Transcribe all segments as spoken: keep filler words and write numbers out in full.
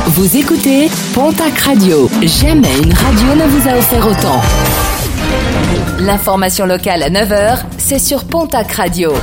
Vous écoutez Pontac Radio. Jamais une radio ne vous a offert autant. L'information locale à neuf heures, c'est sur Pontac Radio.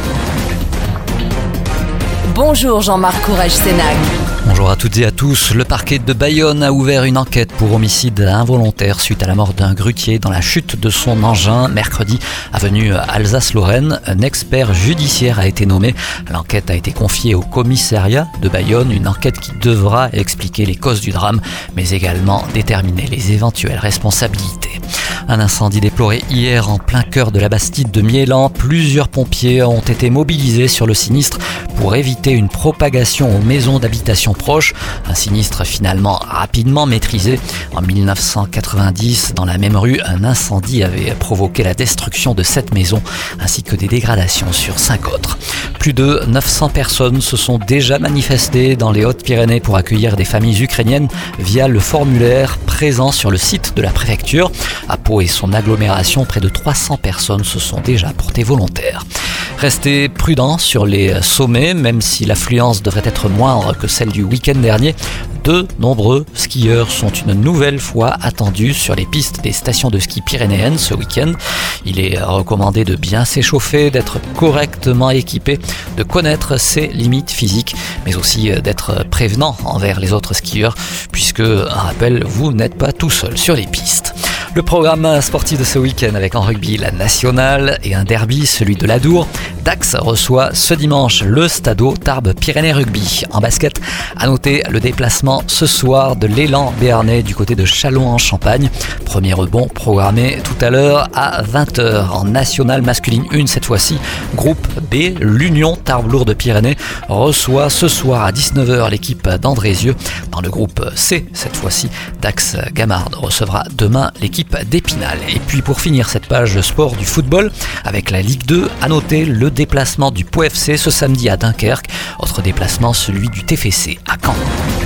Bonjour Jean-Marc Courage-Sénac. Bonjour à toutes et à tous. Le parquet de Bayonne a ouvert une enquête pour homicide involontaire suite à la mort d'un grutier dans la chute de son engin mercredi avenue Alsace-Lorraine. Un expert judiciaire a été nommé. L'enquête a été confiée au commissariat de Bayonne, une enquête qui devra expliquer les causes du drame, mais également déterminer les éventuelles responsabilités. Un incendie déploré hier en plein cœur de la Bastide de Miélan. Plusieurs pompiers ont été mobilisés sur le sinistre pour éviter une propagation aux maisons d'habitation proches. Un sinistre finalement rapidement maîtrisé. En dix-neuf cent quatre-vingt-dix, dans la même rue, un incendie avait provoqué la destruction de sept maisons ainsi que des dégradations sur cinq autres. Plus de neuf cents personnes se sont déjà manifestées dans les Hautes-Pyrénées pour accueillir des familles ukrainiennes via le formulaire présent sur le site de la préfecture. À Pau et son agglomération, près de trois cents personnes se sont déjà portées volontaires. Restez prudents sur les sommets, même si l'affluence devrait être moindre que celle du week-end dernier. De nombreux skieurs sont une nouvelle fois attendus sur les pistes des stations de ski pyrénéennes ce week-end. Il est recommandé de bien s'échauffer, d'être correctement équipé, de connaître ses limites physiques, mais aussi d'être prévenant envers les autres skieurs, puisque, un rappel, vous n'êtes pas tout seul sur les pistes. Le programme sportif de ce week-end avec en rugby la nationale et un derby, celui de l'Adour. Dax reçoit ce dimanche le Stado Tarbes Pyrénées Rugby. En basket, à noter le déplacement ce soir de l'élan béarnais du côté de Châlons-en-Champagne. Premier rebond programmé tout à l'heure à vingt heures. En nationale masculine un cette fois-ci, groupe B, l'Union Tarbes Lourdes Pyrénées reçoit ce soir à dix-neuf heures l'équipe d'Andrézieux. Dans le groupe C, cette fois-ci, Dax Gamard recevra demain l'équipe d'Épinal. Et puis pour finir cette page sport du football, avec la Ligue deux, à noter le déplacement du Pau F C ce samedi à Dunkerque. Autre déplacement, celui du T F C à Caen.